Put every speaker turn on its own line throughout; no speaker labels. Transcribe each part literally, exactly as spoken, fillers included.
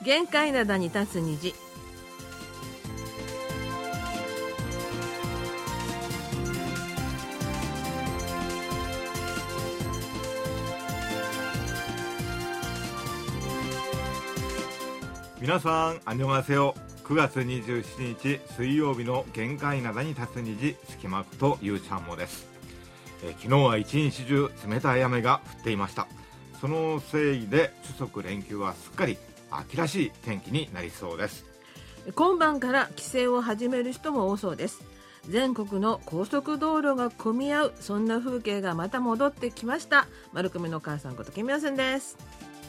限界灘に立つ虹。
皆さん、あんにょがせよ。くがつにじゅうしちにち水曜日の限界灘に立つ虹、すきまくとゆうちゃんもです。え昨日は一日中冷たい雨が降っていました。そのせいで中足連休はすっかり秋らしい天気になりそうです。
今晩から帰省を始める人も多そうです。全国の高速道路が混み合う、そんな風景がまた戻ってきました。丸組の母さんことキミヨセンです。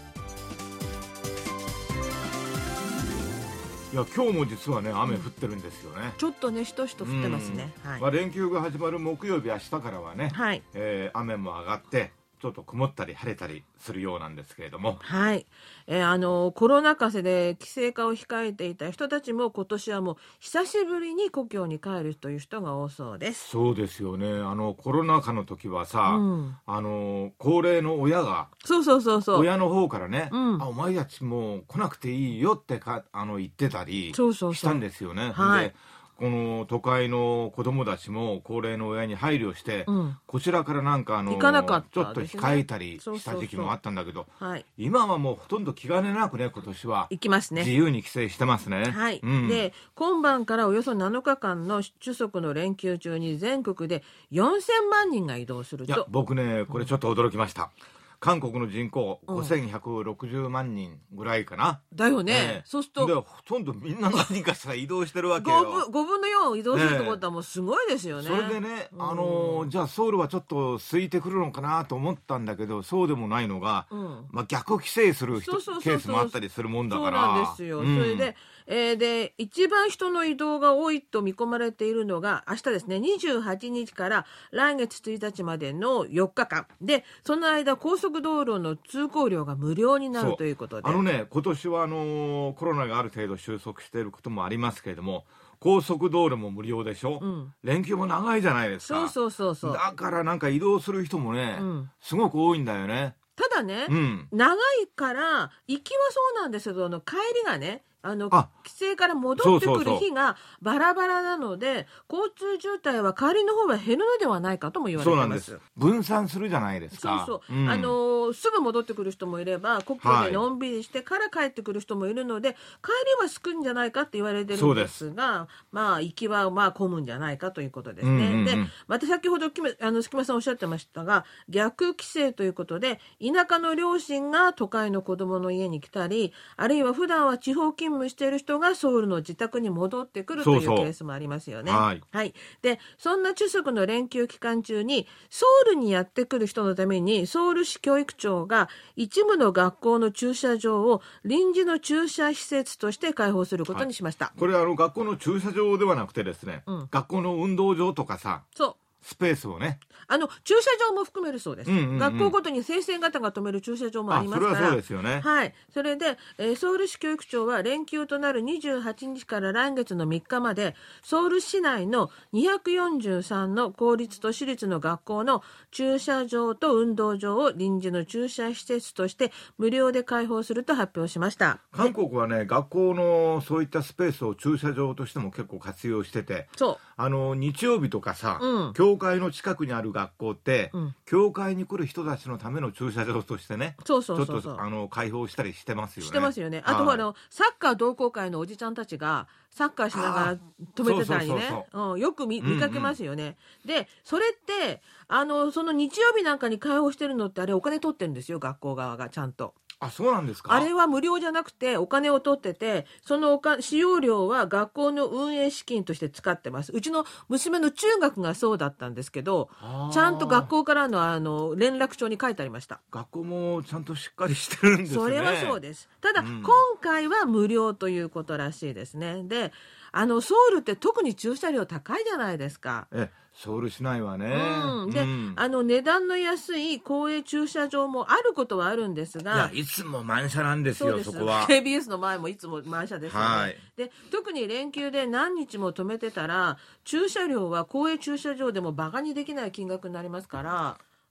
いや、今日も実はね、雨降ってるんですよね、
うん、ちょっとね、しとしと降ってますね、はい。
まあ、連休が始まる木曜日、明日からはね、はい、えー、雨も上がってちょっと曇ったり晴れたりするようなんですけれども、
はい、えー、あのコロナ禍で帰省化を控えていた人たちも今年はもう久しぶりに故郷に帰るという人が多そうです。
そうですよね。あのコロナ禍の時はさ、うん、あの高齢の親が
そうそうそうそう
親の方からね、うん、あお前たちもう来なくていいよってかあの言ってたりしたんですよね。そうそうそう、はい、でこの都会の子供たちも高齢の親に配慮して、うん、こちらからなんかあの
行かなかった
ですね、ちょっと控えたりした時期もあったんだけど、そうそうそう、はい、今はもうほとんど気兼ねなくね、今年は
行きますね、
自由に帰省してますね。
はい、うん、で今晩からおよそなのかかんの中足の連休中に全国でよんせんまんにんが移動すると。
いや、僕ね、これちょっと驚きました、うん、韓国の人口ごせんひゃくろくじゅうまんにんぐらいかな。
だよね、ね、そうすると
でほとんどみんな何かしら移動してるわけよ。
ご, 分ごぶんのよん移動するってことはもうすごいですよね。
それでね、あのー、じゃあソウルはちょっと空いてくるのかなと思ったんだけど、そうでもないのが、うん、まあ、逆帰省する人ケースもあったりするもんだから。
そうなんですよ、うん、それで、えー、で一番人の移動が多いと見込まれているのが明日ですね、にじゅうはちにちから来月ついたちまでのよっかかんで、その間高速道路の通行料が無料になるということで、
あのね、今年はあのー、コロナがある程度収束していることもありますけれども、高速道路も無料でしょ、うん、連休も長いじゃないですか。
そうそうそうそう、
だからなんか移動する人もね、うん、すごく多いんだよね。
ただね、うん、長いから行きはそうなんですけど、帰りがね、あの帰省から戻ってくる日がバラバラなので、交通渋滞は帰りの方が減るのではないかとも言われてます。そうなんです。
分散するじゃないですか。
そうそう、うん、あのすぐ戻ってくる人もいれば、故郷でのんびりしてから帰ってくる人もいるので、はい、帰りは少んじゃないかって言われてるんですが、まあ行きはまあ混むんじゃないかということですね、うんうんうん、でまた先ほどあの隙間さんおっしゃってましたが、逆帰省ということで、田舎の両親が都会の子供の家に来たり、あるいは普段は地方勤務している人がソウルの自宅に戻ってくるというケースもありますよね。そうそう、はいはい、でそんな中足の連休期間中にソウルにやってくる人のために、ソウル市教育庁が一部の学校の駐車場を臨時の駐車施設として開放することにしました、
はい、これあの学校の駐車場ではなくてですね、うん、学校の運動場とかさ、そうスペースをね、
あの駐車場も含めるそうです、うんうんうん、学校ごとに先生方が止める駐車場もありますから。
あ、それはそうですよね、
はい、それで、えー、ソウル市教育庁は連休となるにじゅうはちにちから来月のみっかまで、ソウル市内のにひゃくよんじゅうさんの公立と私立の学校の駐車場と運動場を臨時の駐車施設として無料で開放すると発表しました。
韓国はね、学校のそういったスペースを駐車場としても結構活用してて、そうあの日曜日とかさ、うん、教会の近くにある学校って、うん、教会に来る人たちのための駐車場としてね、そうそうそうそう、ちょっとあの開放したりしてますよね。
してますよね。あとはあのサッカー同好会のおじちゃんたちがサッカーしながら止めてたりね、よく 見, 見かけますよね、うんうん、でそれってあのその日曜日なんかに開放してるのって、あれお金取ってるんですよ、学校側がちゃんと。
あ、そうなんですか。
あれは無料じゃなくてお金を取ってて、そのおか使用料は学校の運営資金として使ってます。うちの娘の中学がそうだったんですけど、ちゃんと学校からのあの連絡帳に書いてありました。
学校もちゃんとしっかりしてるんですね。
それはそうです。ただ、うん、今回は無料ということらしいですね。で、あのソウルって特に駐車料高いじゃないですか。
えソウル市内はね、
うん、で、うん、あの値段の安い公営駐車場もあることはあるんですが、
いやいつも満車なんですよ。そうです、そこは
ケービーエス の前もいつも満車ですよね、はい、で特に連休で何日も止めてたら駐車料は公営駐車場でもバカにできない金額になりますから、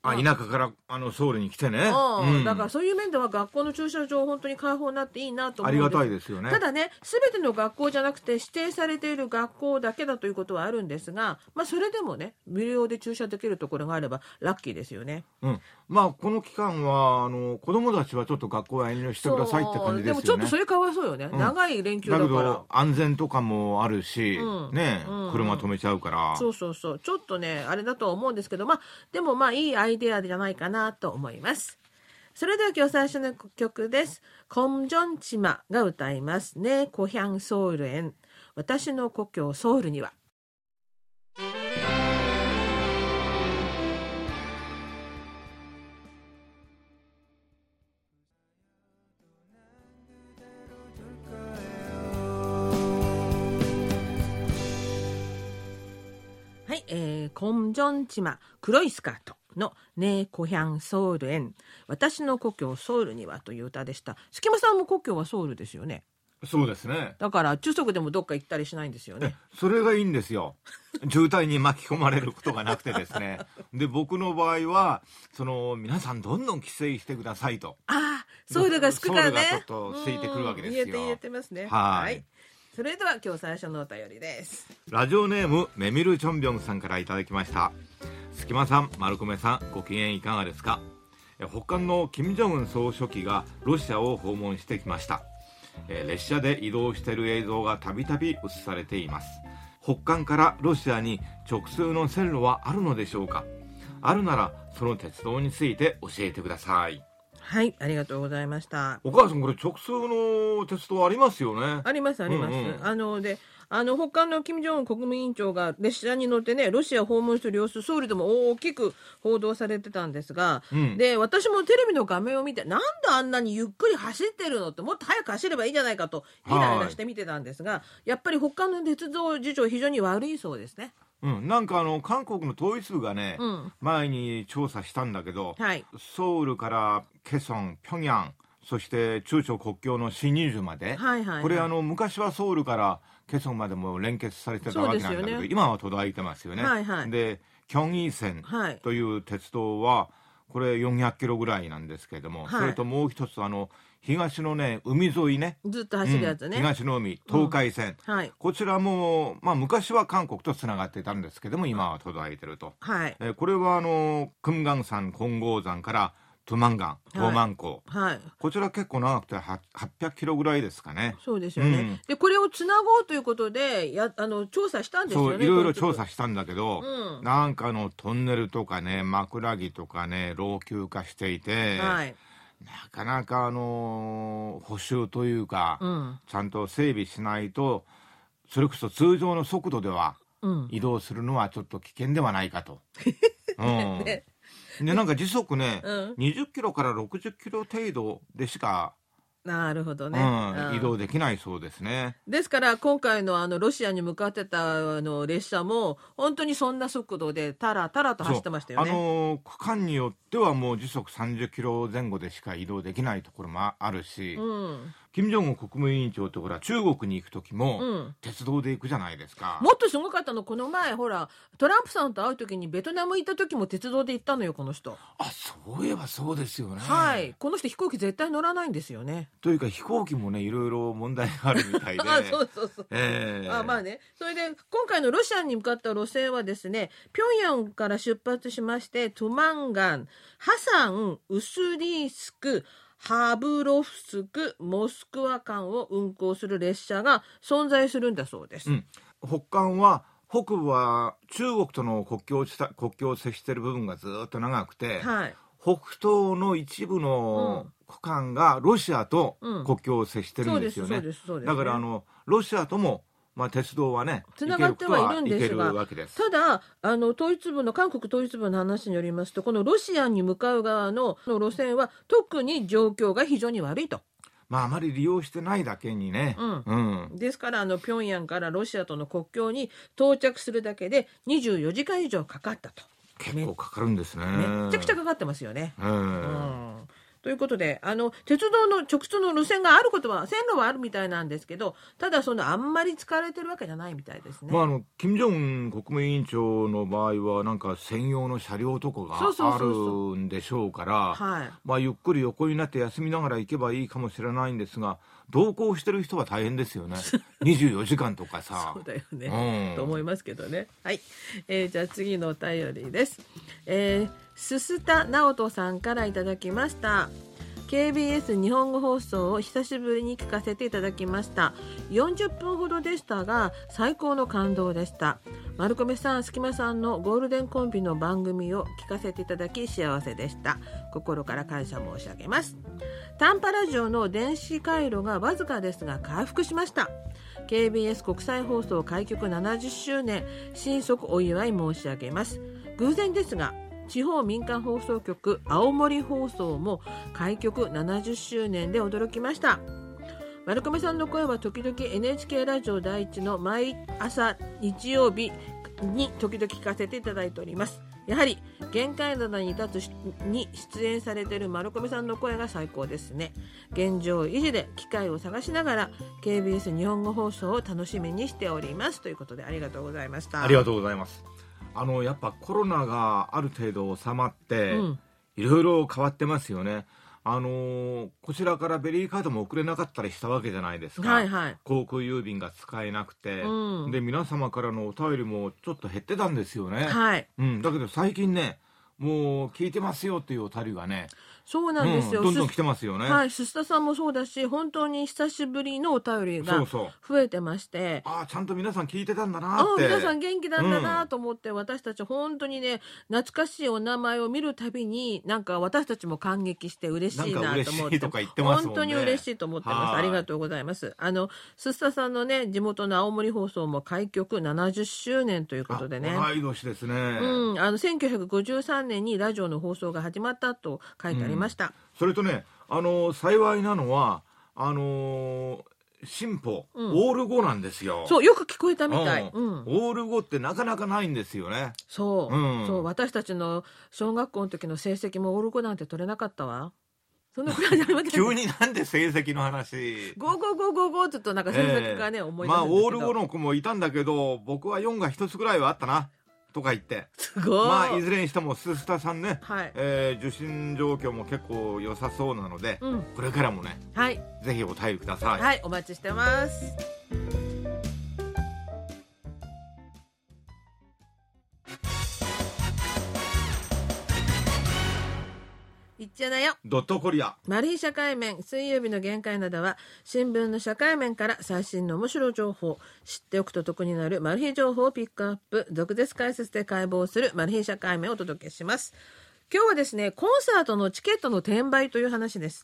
あ、田舎からあのソウルに来てね、
うん
うん、
だからそういう面では学校の駐車場本当に開放になっていいなと思うんです。
ありがたいですよね。
ただね、すべての学校じゃなくて指定されている学校だけだということはあるんですが、まあ、それでもね無料で駐車できるところがあればラッキーですよね。
うん、まあこの期間はあの子供たちはちょっと学校は遠慮してくださいって感じですよね。
でもちょっとそれかわいそうよね、うん、長い連休だから。だけど
安全とかもあるし、うん、ね、うん、車止めちゃうから。
そうそうそう、ちょっとねあれだと思うんですけど、まあでもまあいいアイデアじゃないかなと思います。それでは今日最初の曲です。コムジョンチマが歌いますね。고향ソウルへ、私の故郷ソウルには。はい、えー、コムジョンチマ、黒いスカートのね、고향ソウルへ、私の故郷ソウルにはという歌でした。隙間さんも故郷はソウルですよね。
そうですね。
だから中足でもどっか行ったりしないんですよね。
それがいいんですよ。渋滞に巻き込まれることがなくてですね。で、僕の場合はその皆さんどんどん帰省してくださいと。
ああ、ソウルが好きからね。
ソウルがちょっと空いてくるわけですよ。
言えて言えてますね。
はい、
はい。それでは今日最初のお便りです。
ラジオネームメミルチョンビョンさんからいただきました。隙間さん、丸米さん、ご機嫌いかがですか。北韓の金正恩総書記がロシアを訪問してきました。列車で移動している映像がたびたび映されています。北韓からロシアに直通の線路はあるのでしょうか。あるならその鉄道について教えてください。
はい、ありがとうございました。
お母さん、これ直通の鉄道ありますよね。
ありますあります、うんうん、あのであの北韓の金正恩国務委員長が列車に乗ってねロシアを訪問する様子、ソウルでも大きく報道されてたんですが、うん、で私もテレビの画面を見て、なんであんなにゆっくり走ってるのって、もっと早く走ればいいじゃないかとイライラして見てたんですが、やっぱり北韓の鉄道事情非常に悪いそうですね。
うん、なんかあの韓国の統一部がね、うん、前に調査したんだけど、はい、ソウルからケソン、平壌、そして中朝国境の新ニジュまで、はいはいはい、これあの昔はソウルからケソンまでも連結されてたわけなんだけど、ね、今は途絶えてますよね。はいはい、でキョンイ線という鉄道はこれよんひゃくキロぐらいなんですけれども、はい、それともう一つあの東のね海沿いね、
ずっと走るやつね、
うん、東の海東海線、うんはい、こちらも、まあ、昔は韓国とつながっていたんですけども今は途絶えてると、はいえー、これはあの금강산金剛山からトゥマンガン、東万港、はい、こちら結構長くてはっぴゃくキロぐらいですかね。
そうですよね、うん、でこれをつなごうということでやあの調査したんですよね。
そういろいろ調査したんだけど、うん、なんかのトンネルとかね枕木とかね老朽化していて、はい、なかなかあのー、補修というか、うん、ちゃんと整備しないとそれこそ通常の速度では移動するのはちょっと危険ではないかと、うんねでなんか時速ね、うん、にじゅっキロからろくじゅっキロ程度でしか
なるほどね、
うんうん、移動できないそうですね。
ですから今回のあのロシアに向かってたあの列車も本当にそんな速度でタラタラと走ってましたよね。
あの区間によってはもう時速さんじゅっキロぜん後でしか移動できないところもあるし、うん、金正恩国務委員長ってほら中国に行く時も鉄道で行くじゃないですか、
うん、もっとすごかったのこの前ほらトランプさんと会う時にベトナム行った時も鉄道で行ったのよこの人。
あ、そういえばそうですよね。
はい、この人飛行機絶対乗らないんですよね。
というか飛行機もねいろいろ問題があるみたいで
あそうそうそう、えー、あまあねそれで今回のロシアに向かった路線はですね平壌から出発しましてトゥマンガン、ハサン、ウスリースク、ハブロフスク、モスクワ間を運行する列車が存在するんだそうです、うん、
北韓は北部は中国との国境地国境を接している部分がずっと長くて、はい、北東の一部の区間がロシアと国境を接してるんですよね。だからあのロシアともまあ、鉄道はね
つながってはいるんですが、ただあの統一部の韓国統一部の話によりますとこのロシアに向かう側の路線は特に状況が非常に悪いと。
まあ、あまり利用してないだけにね、
うんうん、ですからあの平壌からロシアとの国境に到着するだけでにじゅうよじかん以上かかったと。
結構かかるんですね。
めちゃくちゃかかってますよね、うん、 ということで、あの鉄道の直通の路線があることは、線路はあるみたいなんですけど、ただそのあんまり使われてるわけじゃないみたいですね。
まあ、あの金正恩国務委員長の場合はなんか専用の車両とかがあるんでしょうから、
はい、
まあ、ゆっくり横になって休みながら行けばいいかもしれないんですが、同行してる人は大変ですよね。にじゅうよじかんとかさ。
そうだよね、うん、と思いますけどね。はい、えー、じゃあ次のお便りです。えー、すすたなおとさんからいただきました。ケービーエス 日本語放送を久しぶりに聞かせていただきました。よんじゅっぷんほどでしたが最高の感動でした。丸米さん、すきまさんのゴールデンコンビの番組を聞かせていただき幸せでした。心から感謝申し上げます。短波ラジオの電子回路がわずかですが回復しました。ケービーエス 国際放送開局ななじゅっしゅうねん新速お祝い申し上げます。偶然ですが地方民間放送局青森放送も開局ななじゅっしゅうねんで驚きました。丸亀さんの声は時々 エヌエイチケー ラジオ第一の毎朝日曜日に時々聞かせていただいております。やはり限界灘に立つに出演されている丸亀さんの声が最高ですね。現状維持で機会を探しながら ケービーエス 日本語放送を楽しみにしておりますということで、ありがとうございました。
ありがとうございます。あのやっぱコロナがある程度収まっていろいろ変わってますよね。あのー、こちらからベリーカードも送れなかったりしたわけじゃないですか、
はいはい、
航空郵便が使えなくて、
うん、
で皆様からのお便りもちょっと減ってたんですよね、
はい
うん、だけど最近ねもう聞いてますよっていうお便りがね、
そうなんですよ、
うん、どんどん来てますよね。
はい、すすたさんもそうだし、本当に久しぶりのお便りが増えてまして、
そうそう、あ、ちゃんと皆さん聞いてたんだなって、
皆さん元気なんだなと思って、うん、私たち本当にね懐かしいお名前を見るたびになんか私たちも感激して嬉しいなと思って、
とか言ってますもんね、
本当に嬉しいと思ってます。ありがとうございます。あのすすたさんのね地元の青森放送も開局ななじゅっしゅうねんということでね、
同い年ですね、
うん、あのせんきゅうひゃくごじゅうさんねんにラジオの放送が始まったと書いてありました、うん、
それとね、あの幸いなのはあの進歩、うん、オールごなんですよ。
そう、よく聞こえたみたい、
うんうん、オールごってなかなかないんですよね。
そう、うん、そう、私たちの小学校の時の成績もオールごなんて取れなかったわ。そのくらいありません
急になんで成績の話
ごごごごごって言うとなんか成績がね、えー、思い出すんですけど、
まあオールごの子もいたんだけど僕はよんがひとつぐらいはあったなとか言って、
すごい、
まあいずれにしてもすすたさんね、
はい、
えー、受信状況も結構良さそうなので、うん、これからもね、
はい、
ぜひお便りください。
はい、お待ちしてます。いっちゃなよ
ドットコリア
マル秘社会面、水曜日の限界などは新聞の社会面から最新の面白情報、知っておくと得になるマル秘情報をピックアップ、毒舌解説で解剖するマル秘社会面をお届けします。今日はですね、コンサートのチケットの転売という話です。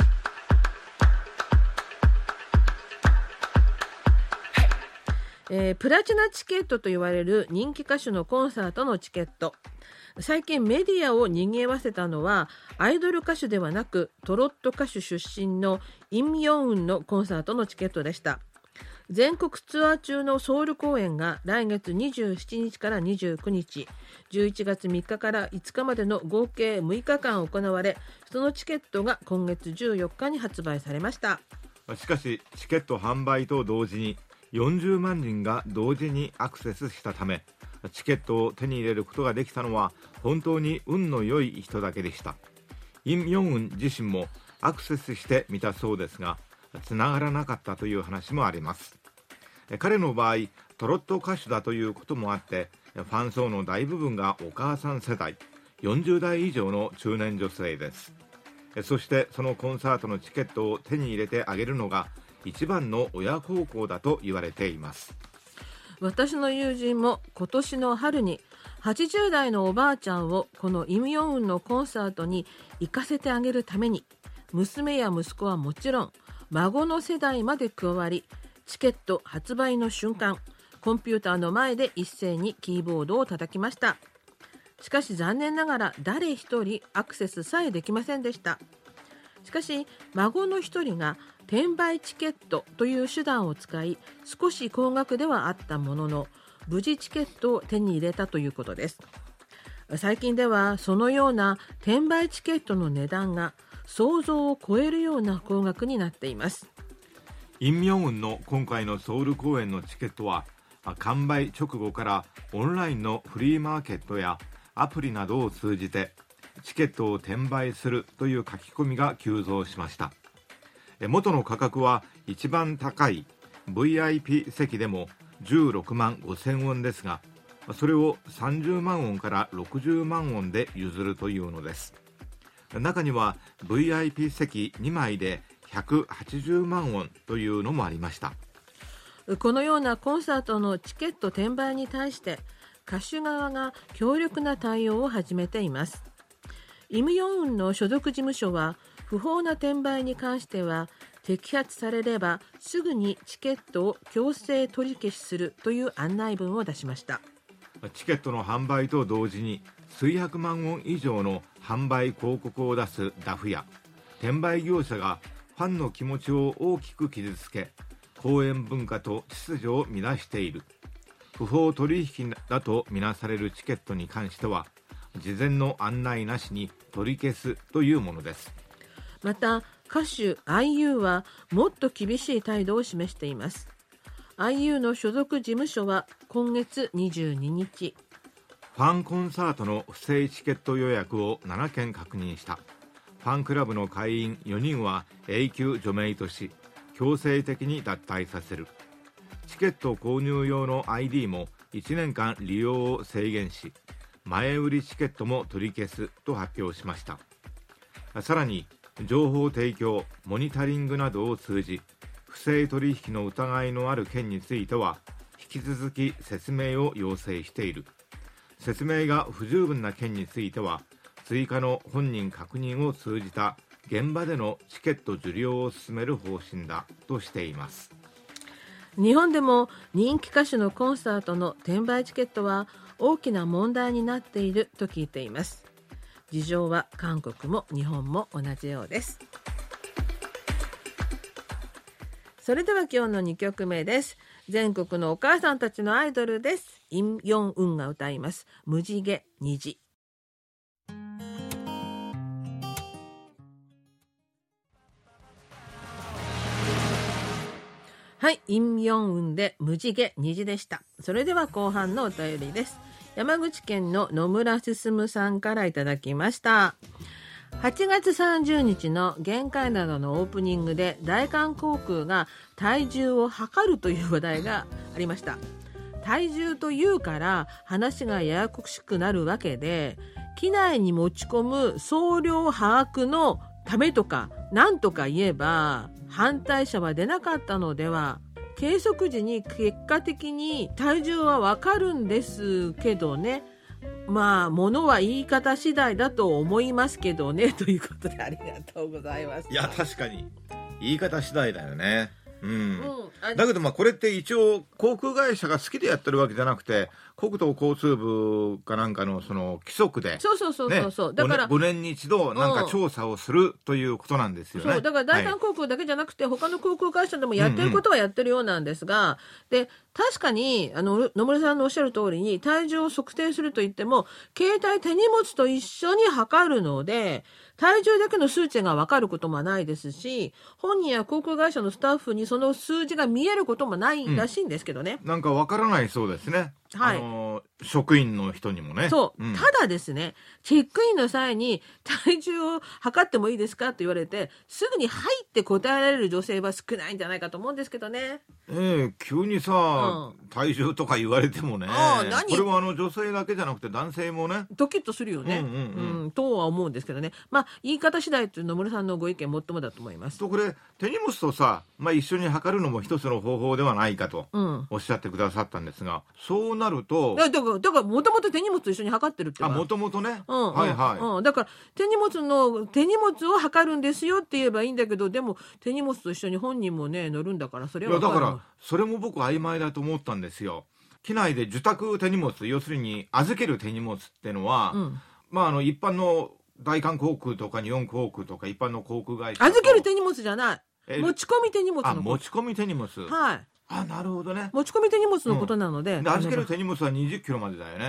えー、プラチナチケットと言われる人気歌手のコンサートのチケット、最近メディアを賑わせたのはアイドル歌手ではなくトロット歌手出身のイ・ミヨンウンのコンサートのチケットでした。全国ツアー中のソウル公演が来月にじゅうしちにちからにじゅうくにち、じゅういちがつみっかからいつかまでの合計むいかかん行われ、そのチケットが今月じゅうよっかに発売されました。
しかしチケット販売と同時によんじゅうまんにんが同時にアクセスしたため、チケットを手に入れることができたのは本当に運の良い人だけでした。イ・ミョンウン自身もアクセスしてみたそうですがつながらなかったという話もあります。彼の場合トロット歌手だということもあってファン層の大部分がお母さん世代、よんじゅうだい以上の中年女性です。そしてそのコンサートのチケットを手に入れてあげるのが一番の親孝行だと言われています。
私の友人も今年の春にはちじゅうだいのおばあちゃんをこのイ・ミヨンウンのコンサートに行かせてあげるために娘や息子はもちろん孫の世代まで加わり、チケット発売の瞬間コンピューターの前で一斉にキーボードを叩きました。しかし残念ながら誰一人アクセスさえできませんでした。しかし孫の一人が転売チケットという手段を使い少し高額ではあったものの無事チケットを手に入れたということです。最近ではそのような転売チケットの値段が想像を超えるような高額になっています。
イン・ミョンウンの今回のソウル公演のチケットは完売直後からオンラインのフリーマーケットやアプリなどを通じてチケットを転売するという書き込みが急増しました。元の価格は一番高い ブイアイピー 席でもじゅうろくまんごせんウォンですが、それをさんじゅうまんウォンからろくじゅうまんウォンで譲るというのです。中には ブイアイピー 席にまいでひゃくはちじゅうまんウォンというのもありました。
このようなコンサートのチケット転売に対して歌手側が強力な対応を始めています。イム・ヨンウンの所属事務所は不法な転売に関しては摘発されればすぐにチケットを強制取り消しするという案内文を出しました。
チケットの販売と同時に数百万ウォン以上の販売広告を出すダフや転売業者がファンの気持ちを大きく傷つけ、公演文化と秩序を乱している、不法取引だとみなされるチケットに関しては事前の案内なしに取り消すというものです。
また歌手 アイユー はもっと厳しい態度を示しています。 アイユー の所属事務所は今月にじゅうににち、
ファンコンサートの不正チケット予約をななけん確認した。ファンクラブの会員よにんは永久除名とし、強制的に脱退させる。チケット購入用の アイディー もいちねんかん利用を制限し、前売りチケットも取り消すと発表しました。さらに情報提供、モニタリングなどを通じ不正取引の疑いのある件については引き続き説明を要請している。説明が不十分な件については追加の本人確認を通じた現場でのチケット受領を進める方針だとしています。
日本でも人気歌手のコンサートの転売チケットは大きな問題になっていると聞いています。事情は韓国も日本も同じようです。それでは今日のにきょくめです。全国のお母さんたちのアイドルです。イン・ヨンウンが歌います無地毛虹。はい、イン・ヨンウンで無地毛虹でした。それでは後半のお便りです。山口県の野村進さんからいただきました。はちがつさんじゅうにちの限界などのオープニングで大韓航空が体重を測るという話題がありました。体重というから話がややこしくなるわけで、機内に持ち込む総量把握のためとか何とか言えば反対者は出なかったのでは。計測時に結果的に体重はわかるんですけどね、まあ物は言い方次第だと思いますけどね、ということでありがとうございます。
いや確かに言い方次第だよね。うん
うん、
だけどまあこれって一応航空会社が好きでやってるわけじゃなくて国土交通部かなんかのその規則で、
そうそうそうそうそう、ね、だから
ごねんに一度なんか調査をするということなんですよね。
そうだから大韓航空だけじゃなくて、はい、他の航空会社でもやってることはやってるようなんですが、うんうん、で確かにあの野村さんのおっしゃる通りに体重を測定するといっても携帯手荷物と一緒に測るので体重だけの数値が分かることもないですし、本人や航空会社のスタッフにその数字が見えることもないらしいんですけどね、
うん、なんか分からないそうですね、
はい、
あの職員の人にもね。
そう、うん、ただですね、チェックインの際に体重を測ってもいいですかと言われてすぐに入って答えられる女性は少ないんじゃないかと思うんですけどね。
ええ、急にさ、うん、体重とか言われてもね、あ何これはあの女性だけじゃなくて男性もね
ドキッとするよね、うんうんうんうん、とは思うんですけどね。まあ言い方次第という野村さんのご意見もっともだと思います。
とこれ手荷物とさ、まあ、一緒に測るのも一つの方法ではないかとおっしゃってくださったんですが、うん、そうなると
だからだからもともと手荷物と一緒に測ってるって
あもともとね、
うんうん、
はいはい、
うん、だから手荷物の手荷物を測るんですよって言えばいいんだけど、でも手荷物と一緒に本人もね乗るんだからそれは。
いやだからそれも僕曖昧だと思ったんですよ。機内で受託手荷物、要するに預ける手荷物ってのは、うん、まああの一般の大韓航空とか日本航空とか一般の航空会社
預ける手荷物じゃない、持ち込み手荷物の。
あ持ち込み手荷物、
はい、
あなるほどね、
持ち込み手荷物のことなので、
うん、で預ける手荷物はにじゅっキロまでだよね。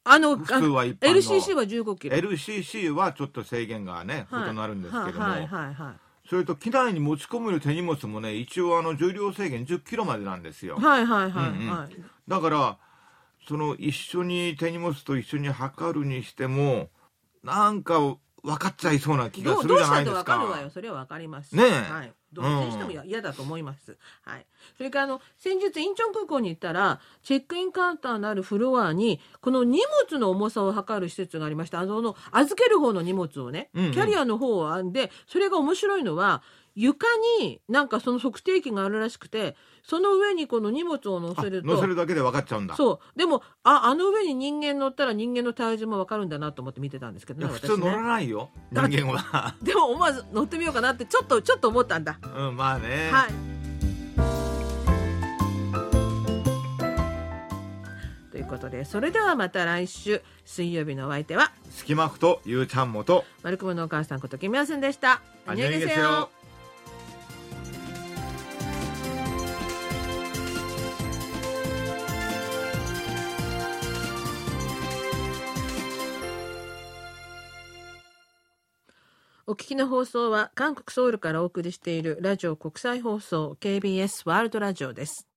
あの
普通は一般の
エルシーシー はじゅうごキロ。
エルシーシー はちょっと制限がね、
はい
異なるんですけども、
はいはいはい。
それと機内に持ち込む手荷物もね、一応あの重量制限じゅっキロまでなんですよ。
はいはいはいはい。
うんうん、だからその一緒に手荷物と一緒に測るにしてもなんか分かっちゃいそうな気がするじゃないですか。どうしたって分かるわよ。
それは分かります。
ねえ、
はい、どっちにしても嫌だと思います。はい。それからあの先日インチョン空港に行ったらチェックインカウンターのあるフロアにこの荷物の重さを測る施設がありました。あの預ける方の荷物をね、うんうん、キャリアの方を編んで、それが面白いのは床になんかその測定器があるらしくて、その上にこの荷物を乗せると
乗せるだけで分かっちゃうんだ。
そうでもああの上に人間乗ったら人間の体重も分かるんだなと思って見てたんですけどね。
普通乗らないよ、人間は。
でも思わず乗ってみようかなってちょっとちょっと思ったんだ。
うん、まあね。
はい。ということで、それではまた来週水曜日のお相手は
すきまくとゆうちゃんもと
マルコムのお母さんことキムヤスンでした。
あにょげせよ。
お聞きの放送は韓国ソウルからお送りしているラジオ国際放送 ケービーエス ワールドラジオです。